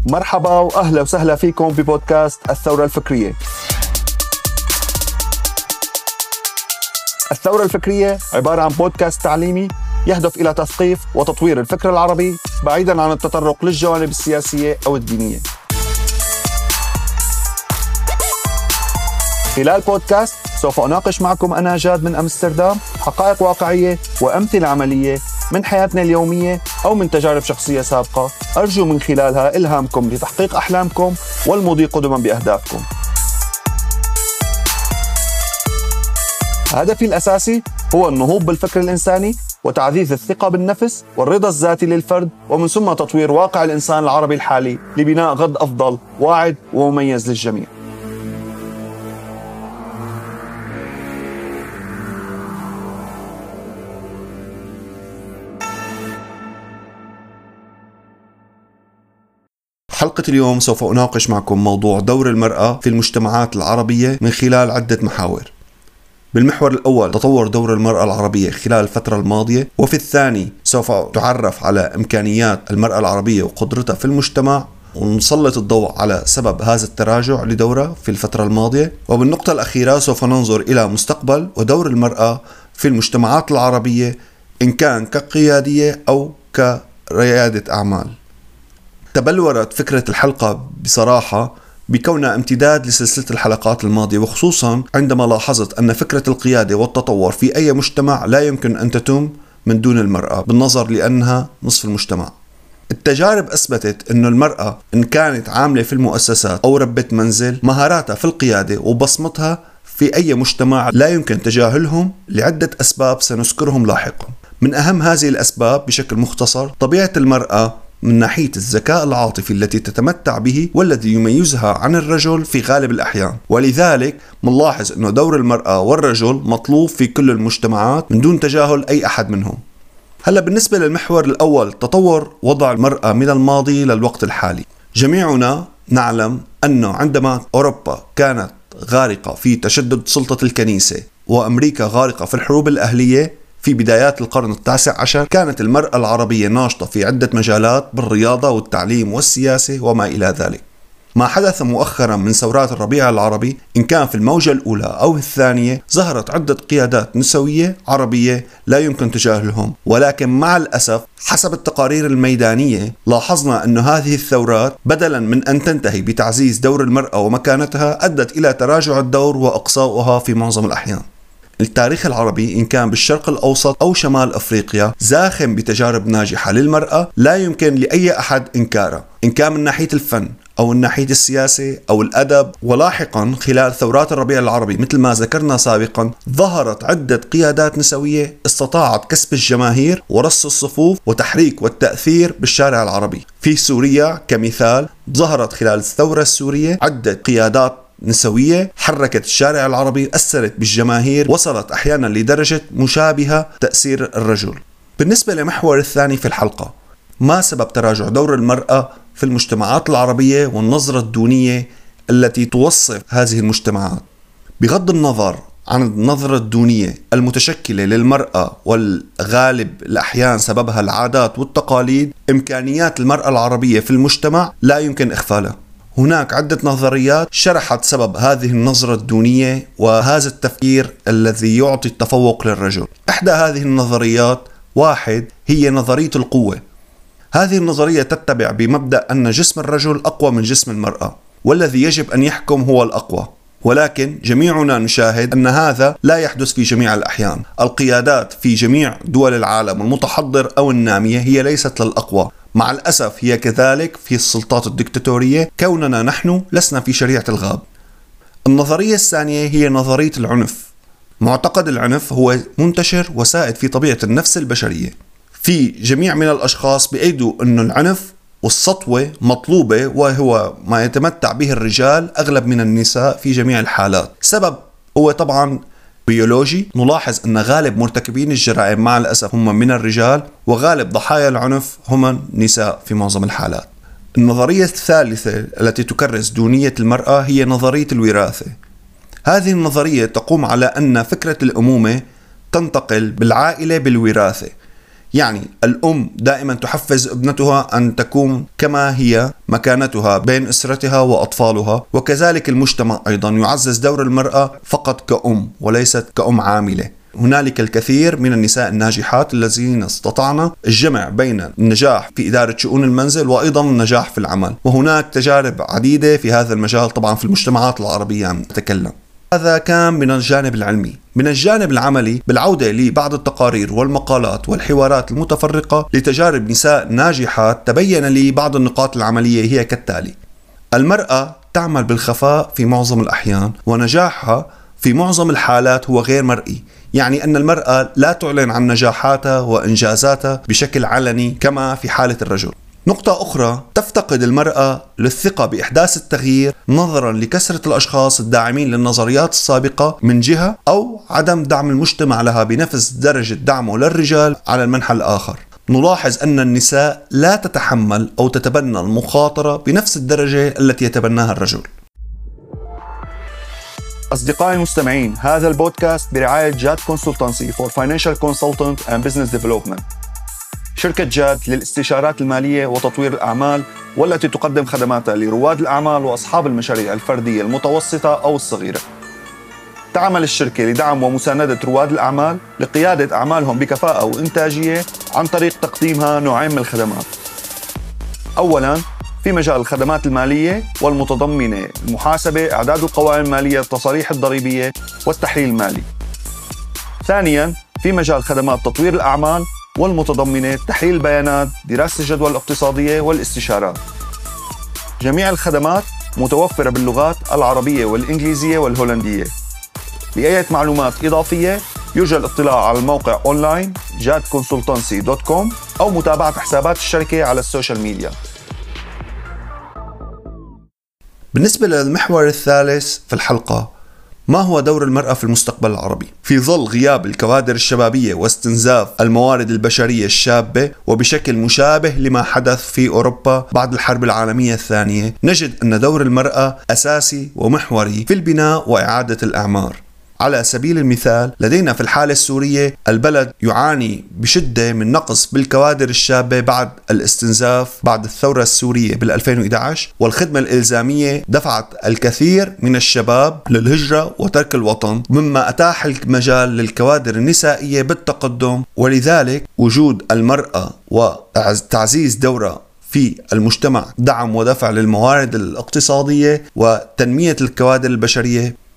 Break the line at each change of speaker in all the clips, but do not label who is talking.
مرحبا وأهلا وسهلا فيكم ببودكاست الثورة الفكرية. الثورة الفكرية عبارة عن بودكاست تعليمي يهدف إلى تثقيف وتطوير الفكر العربي بعيداً عن التطرق للجوانب السياسية أو الدينية. خلال بودكاست سوف أناقش معكم أنا جاد من أمستردام حقائق واقعية وأمثلة عملية من حياتنا اليومية أو من تجارب شخصية سابقة، أرجو من خلالها إلهامكم لتحقيق أحلامكم والمضي قدما بأهدافكم. هدفي الأساسي هو النهوض بالفكر الإنساني وتعزيز الثقة بالنفس والرضا الذاتي للفرد، ومن ثم تطوير واقع الإنسان العربي الحالي لبناء غد أفضل واعد ومميز للجميع. حلقة اليوم سوف أناقش معكم موضوع دور المرأة في المجتمعات العربية من خلال عدة محاور. بالمحور الأول تطور دور المرأة العربية خلال الفترة الماضية، وفي الثاني سوف تعرف على إمكانيات المرأة العربية وقدرتها في المجتمع، ونسلط الضوء على سبب هذا التراجع لدورها في الفترة الماضية، وبالنقطة الأخيرة سوف ننظر إلى مستقبل ودور المرأة في المجتمعات العربية إن كان كقيادية أو كريادة أعمال. تبلورت فكرة الحلقة بصراحة بكونها امتداد لسلسلة الحلقات الماضية، وخصوصا عندما لاحظت أن فكرة القيادة والتطور في أي مجتمع لا يمكن أن تتم من دون المرأة، بالنظر لأنها نصف المجتمع. التجارب أثبتت أن المرأة إن كانت عاملة في المؤسسات أو ربة منزل، مهاراتها في القيادة وبصمتها في أي مجتمع لا يمكن تجاهلهم لعدة أسباب سنذكرهم لاحقا. من أهم هذه الأسباب بشكل مختصر طبيعة المرأة من ناحية الذكاء العاطفي التي تتمتع به والذي يميزها عن الرجل في غالب الأحيان، ولذلك منلاحظ أنه دور المرأة والرجل مطلوب في كل المجتمعات من دون تجاهل أي أحد منهم. هلأ بالنسبة للمحور الأول تطور وضع المرأة من الماضي للوقت الحالي، جميعنا نعلم أنه عندما أوروبا كانت غارقة في تشدد سلطة الكنيسة وأمريكا غارقة في الحروب الأهلية في بدايات القرن التاسع عشر، كانت المرأة العربية ناشطة في عدة مجالات بالرياضة والتعليم والسياسة وما إلى ذلك. ما حدث مؤخرا من ثورات الربيع العربي إن كان في الموجة الأولى أو الثانية، ظهرت عدة قيادات نسوية عربية لا يمكن تجاهلهم، ولكن مع الأسف حسب التقارير الميدانية لاحظنا أن هذه الثورات بدلا من أن تنتهي بتعزيز دور المرأة ومكانتها أدت إلى تراجع الدور وإقصاؤها في معظم الأحيان. التاريخ العربي إن كان بالشرق الأوسط أو شمال أفريقيا زاخم بتجارب ناجحة للمرأة لا يمكن لأي أحد إنكارها، إن كان من ناحية الفن أو من ناحية السياسة أو الأدب. ولاحقا خلال ثورات الربيع العربي مثل ما ذكرنا سابقا ظهرت عدة قيادات نسوية استطاعت كسب الجماهير ورص الصفوف وتحريك والتأثير بالشارع العربي. في سوريا كمثال ظهرت خلال الثورة السورية عدة قيادات نسوية حركت الشارع العربي، أثرت بالجماهير، وصلت أحيانا لدرجة مشابهة تأثير الرجل. بالنسبة لمحور الثاني في الحلقة، ما سبب تراجع دور المرأة في المجتمعات العربية والنظرة الدونية التي توصف هذه المجتمعات؟ بغض النظر عن النظرة الدونية المتشكلة للمرأة والغالب الأحيان سببها العادات والتقاليد، إمكانيات المرأة العربية في المجتمع لا يمكن إغفالها. هناك عدة نظريات شرحت سبب هذه النظرة الدونية وهذا التفكير الذي يعطي التفوق للرجل. إحدى هذه النظريات واحد هي نظرية القوة. هذه النظرية تتبع بمبدأ أن جسم الرجل أقوى من جسم المرأة، والذي يجب أن يحكم هو الأقوى. ولكن جميعنا نشاهد أن هذا لا يحدث في جميع الأحيان. القيادات في جميع دول العالم المتحضر أو النامية هي ليست للأقوى، مع الأسف هي كذلك في السلطات الدكتاتورية، كوننا نحن لسنا في شريعة الغاب. النظرية الثانية هي نظرية العنف. معتقد العنف هو منتشر وسائد في طبيعة النفس البشرية. في جميع من الأشخاص بيأيدوا أن العنف والسطوة مطلوبة، وهو ما يتمتع به الرجال أغلب من النساء في جميع الحالات. سبب هو طبعا بيولوجي. نلاحظ أن غالب مرتكبين الجرائم مع الأسف هم من الرجال، وغالب ضحايا العنف هم النساء في معظم الحالات. النظرية الثالثة التي تكرس دونية المرأة هي نظرية الوراثة. هذه النظرية تقوم على أن فكرة الأمومة تنتقل بالعائلة بالوراثة، يعني الأم دائما تحفز ابنتها أن تكون كما هي مكانتها بين أسرتها وأطفالها، وكذلك المجتمع أيضا يعزز دور المرأة فقط كأم وليست كأم عاملة. هنالك الكثير من النساء الناجحات الذين استطعن الجمع بين النجاح في إدارة شؤون المنزل وأيضا النجاح في العمل، وهناك تجارب عديدة في هذا المجال طبعا في المجتمعات العربية عم نتكلم. هذا كان من الجانب العلمي. من الجانب العملي بالعودة لبعض التقارير والمقالات والحوارات المتفرقة لتجارب نساء ناجحات، تبين لي بعض النقاط العملية هي كالتالي: المرأة تعمل بالخفاء في معظم الأحيان، ونجاحها في معظم الحالات هو غير مرئي، يعني أن المرأة لا تعلن عن نجاحاتها وإنجازاتها بشكل علني كما في حالة الرجل. نقطة أخرى، تفتقد المرأة للثقة بإحداث التغيير نظرا لكثرة الأشخاص الداعمين للنظريات السابقة من جهة، أو عدم دعم المجتمع لها بنفس درجة دعمه للرجال على المنحى الآخر. نلاحظ أن النساء لا تتحمل أو تتبنى المخاطرة بنفس الدرجة التي يتبناها الرجل.
أصدقائي المستمعين، هذا البودكاست برعاية جاد كونسلتنسي فور فاينانشال كونسلتنت اند بزنس ديفلوبمنت. شركة جاد للاستشارات المالية وتطوير الأعمال، والتي تقدم خدماتها لرواد الأعمال وأصحاب المشاريع الفردية المتوسطة أو الصغيرة. تعمل الشركة لدعم ومساندة رواد الأعمال لقيادة أعمالهم بكفاءة وإنتاجية عن طريق تقديمها نوعين من الخدمات. أولاً، في مجال الخدمات المالية والمتضمنة المحاسبة، إعداد القوائم المالية، التصاريح الضريبية والتحليل المالي. ثانياً، في مجال خدمات تطوير الأعمال والمتضمنة تحليل البيانات، دراسة الجدوى الاقتصادية والاستشارات. جميع الخدمات متوفرة باللغات العربية والإنجليزية والهولندية. لأي معلومات إضافية يرجى الاطلاع على الموقع أونلاين jadconsultancy.com أو متابعة حسابات الشركة على السوشيال ميديا.
بالنسبة للمحور الثالث في الحلقة، ما هو دور المرأة في المستقبل العربي؟ في ظل غياب الكوادر الشبابية واستنزاف الموارد البشرية الشابة، وبشكل مشابه لما حدث في أوروبا بعد الحرب العالمية الثانية، نجد أن دور المرأة أساسي ومحوري في البناء وإعادة الأعمار. على سبيل المثال، لدينا في الحالة السورية البلد يعاني بشدة من نقص بالكوادر الشابة بعد الاستنزاف بعد الثورة السورية بال2011، والخدمة الإلزامية دفعت الكثير من الشباب للهجرة وترك الوطن، مما أتاح المجال للكوادر النسائية بالتقدم. ولذلك وجود المرأة وتعزيز دورها في المجتمع، دعم ودفع للموارد الاقتصادية وتنمية الكوادر البشرية،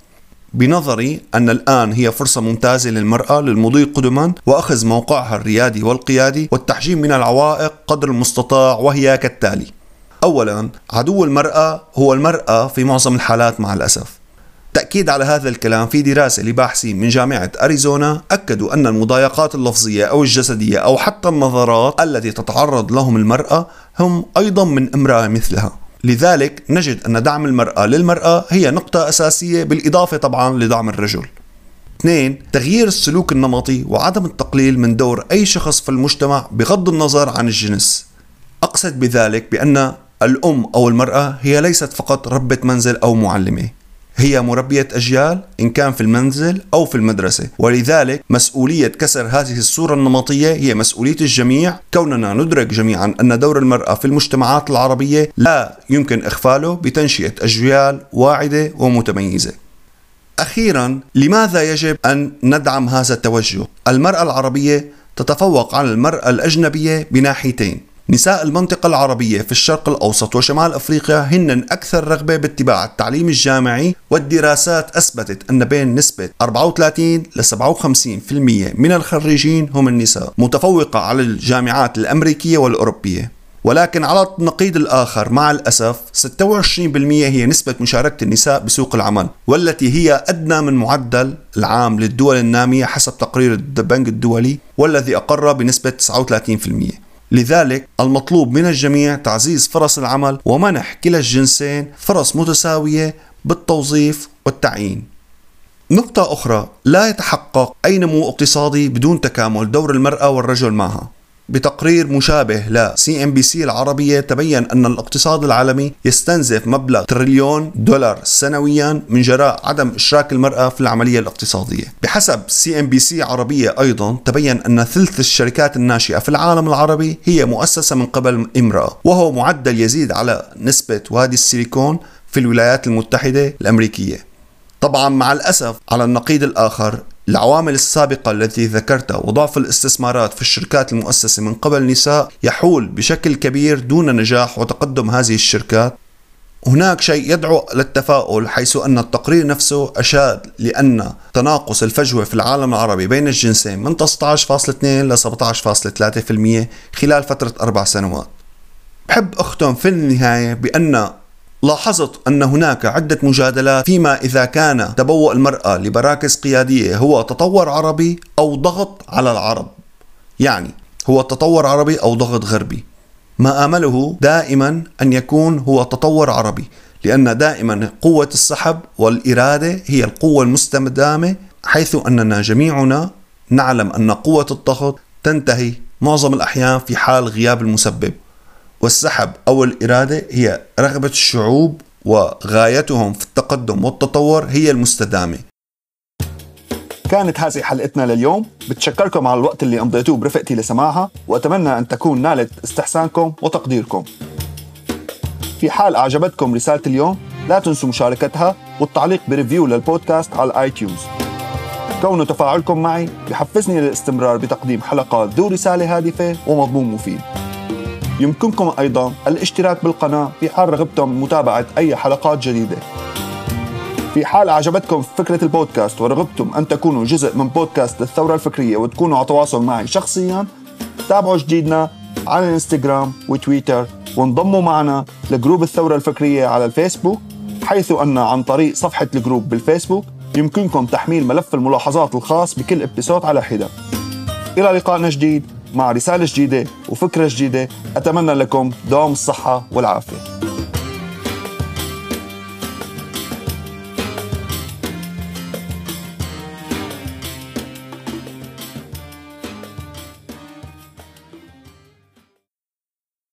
بنظري أن الآن هي فرصة ممتازة للمرأة للمضي قدما وأخذ موقعها الريادي والقيادي والتحجيم من العوائق قدر المستطاع، وهي كالتالي: أولا، عدو المرأة هو المرأة في معظم الحالات مع الأسف. تأكيد على هذا الكلام، في دراسة لباحثين من جامعة أريزونا أكدوا أن المضايقات اللفظية أو الجسدية أو حتى النظرات التي تتعرض لهم المرأة هم أيضا من امرأة مثلها. لذلك نجد أن دعم المرأة للمرأة هي نقطة أساسية، بالإضافة طبعا لدعم الرجل. 2. تغيير السلوك النمطي وعدم التقليل من دور أي شخص في المجتمع بغض النظر عن الجنس. أقصد بذلك بأن الأم أو المرأة هي ليست فقط ربة منزل أو معلمة، هي مربية أجيال إن كان في المنزل أو في المدرسة، ولذلك مسؤولية كسر هذه الصورة النمطية هي مسؤولية الجميع، كوننا ندرك جميعا أن دور المرأة في المجتمعات العربية لا يمكن إغفاله بتنشئة أجيال واعدة ومتميزة. أخيرا، لماذا يجب أن ندعم هذا التوجه؟ المرأة العربية تتفوق على المرأة الأجنبية بناحيتين. نساء المنطقة العربية في الشرق الأوسط وشمال أفريقيا هن أكثر رغبة باتباع التعليم الجامعي، والدراسات أثبتت أن بين نسبة 34 ل 57% من الخريجين هم النساء، متفوقة على الجامعات الأمريكية والأوروبية. ولكن على النقيض الآخر مع الأسف 26% هي نسبة مشاركة النساء بسوق العمل، والتي هي أدنى من معدل العام للدول النامية حسب تقرير البنك الدولي، والذي أقر بنسبة 39%. لذلك المطلوب من الجميع تعزيز فرص العمل ومنح كلا الجنسين فرص متساوية بالتوظيف والتعيين. نقطة أخرى، لا يتحقق أي نمو اقتصادي بدون تكامل دور المرأة والرجل معها. بتقرير مشابه ل CNBC العربية تبين أن الاقتصاد العالمي يستنزف مبلغ $1 تريليون سنويا من جراء عدم إشراك المرأة في العملية الاقتصادية. بحسب CNBC عربية أيضا تبين أن ثلث الشركات الناشئة في العالم العربي هي مؤسسة من قبل امرأة، وهو معدل يزيد على نسبة وادي السيليكون في الولايات المتحدة الأمريكية. طبعا مع الأسف على النقيض الآخر العوامل السابقة التي ذكرتها وضعف الاستثمارات في الشركات المؤسسة من قبل نساء يحول بشكل كبير دون نجاح وتقدم هذه الشركات. هناك شيء يدعو للتفاؤل، حيث أن التقرير نفسه أشاد لأن تناقص الفجوة في العالم العربي بين الجنسين من 16.2 ل 17.3% خلال فترة 4 سنوات. بحب أختم في النهاية بأن لاحظت أن هناك عدة مجادلات فيما إذا كان تبوء المرأة لمراكز قيادية هو تطور عربي أو ضغط على العرب، يعني هو تطور عربي أو ضغط غربي. ما آمله دائما أن يكون هو تطور عربي، لأن دائما قوة السحب والإرادة هي القوة المستدامة، حيث أننا جميعنا نعلم أن قوة الضغط تنتهي معظم الأحيان في حال غياب المسبب، والسحب أو الإرادة هي رغبة الشعوب وغايتهم في التقدم والتطور هي المستدامة.
كانت هذه حلقتنا لليوم، بتشكركم على الوقت اللي قضيتوه برفقتي لسماعها، وأتمنى أن تكون نالت استحسانكم وتقديركم. في حال أعجبتكم رسالة اليوم لا تنسوا مشاركتها والتعليق بريفيو للبودكاست على الايتيونز. كون تفاعلكم معي يحفزني للاستمرار بتقديم حلقات ذو رسالة هادفة ومضمون مفيد. يمكنكم أيضا الاشتراك بالقناة في حال رغبتم متابعة أي حلقات جديدة. في حال أعجبتكم فكرة البودكاست ورغبتم أن تكونوا جزء من بودكاست الثورة الفكرية وتكونوا على تواصل معي شخصيا، تابعوا جديدنا على الانستغرام وتويتر، وانضموا معنا لجروب الثورة الفكرية على الفيسبوك، حيث أن عن طريق صفحة الجروب بالفيسبوك يمكنكم تحميل ملف الملاحظات الخاص بكل ابتسود على حدة. إلى لقائنا جديد مع رسالة جديدة وفكرة جديدة. أتمنى لكم دوام الصحة والعافية.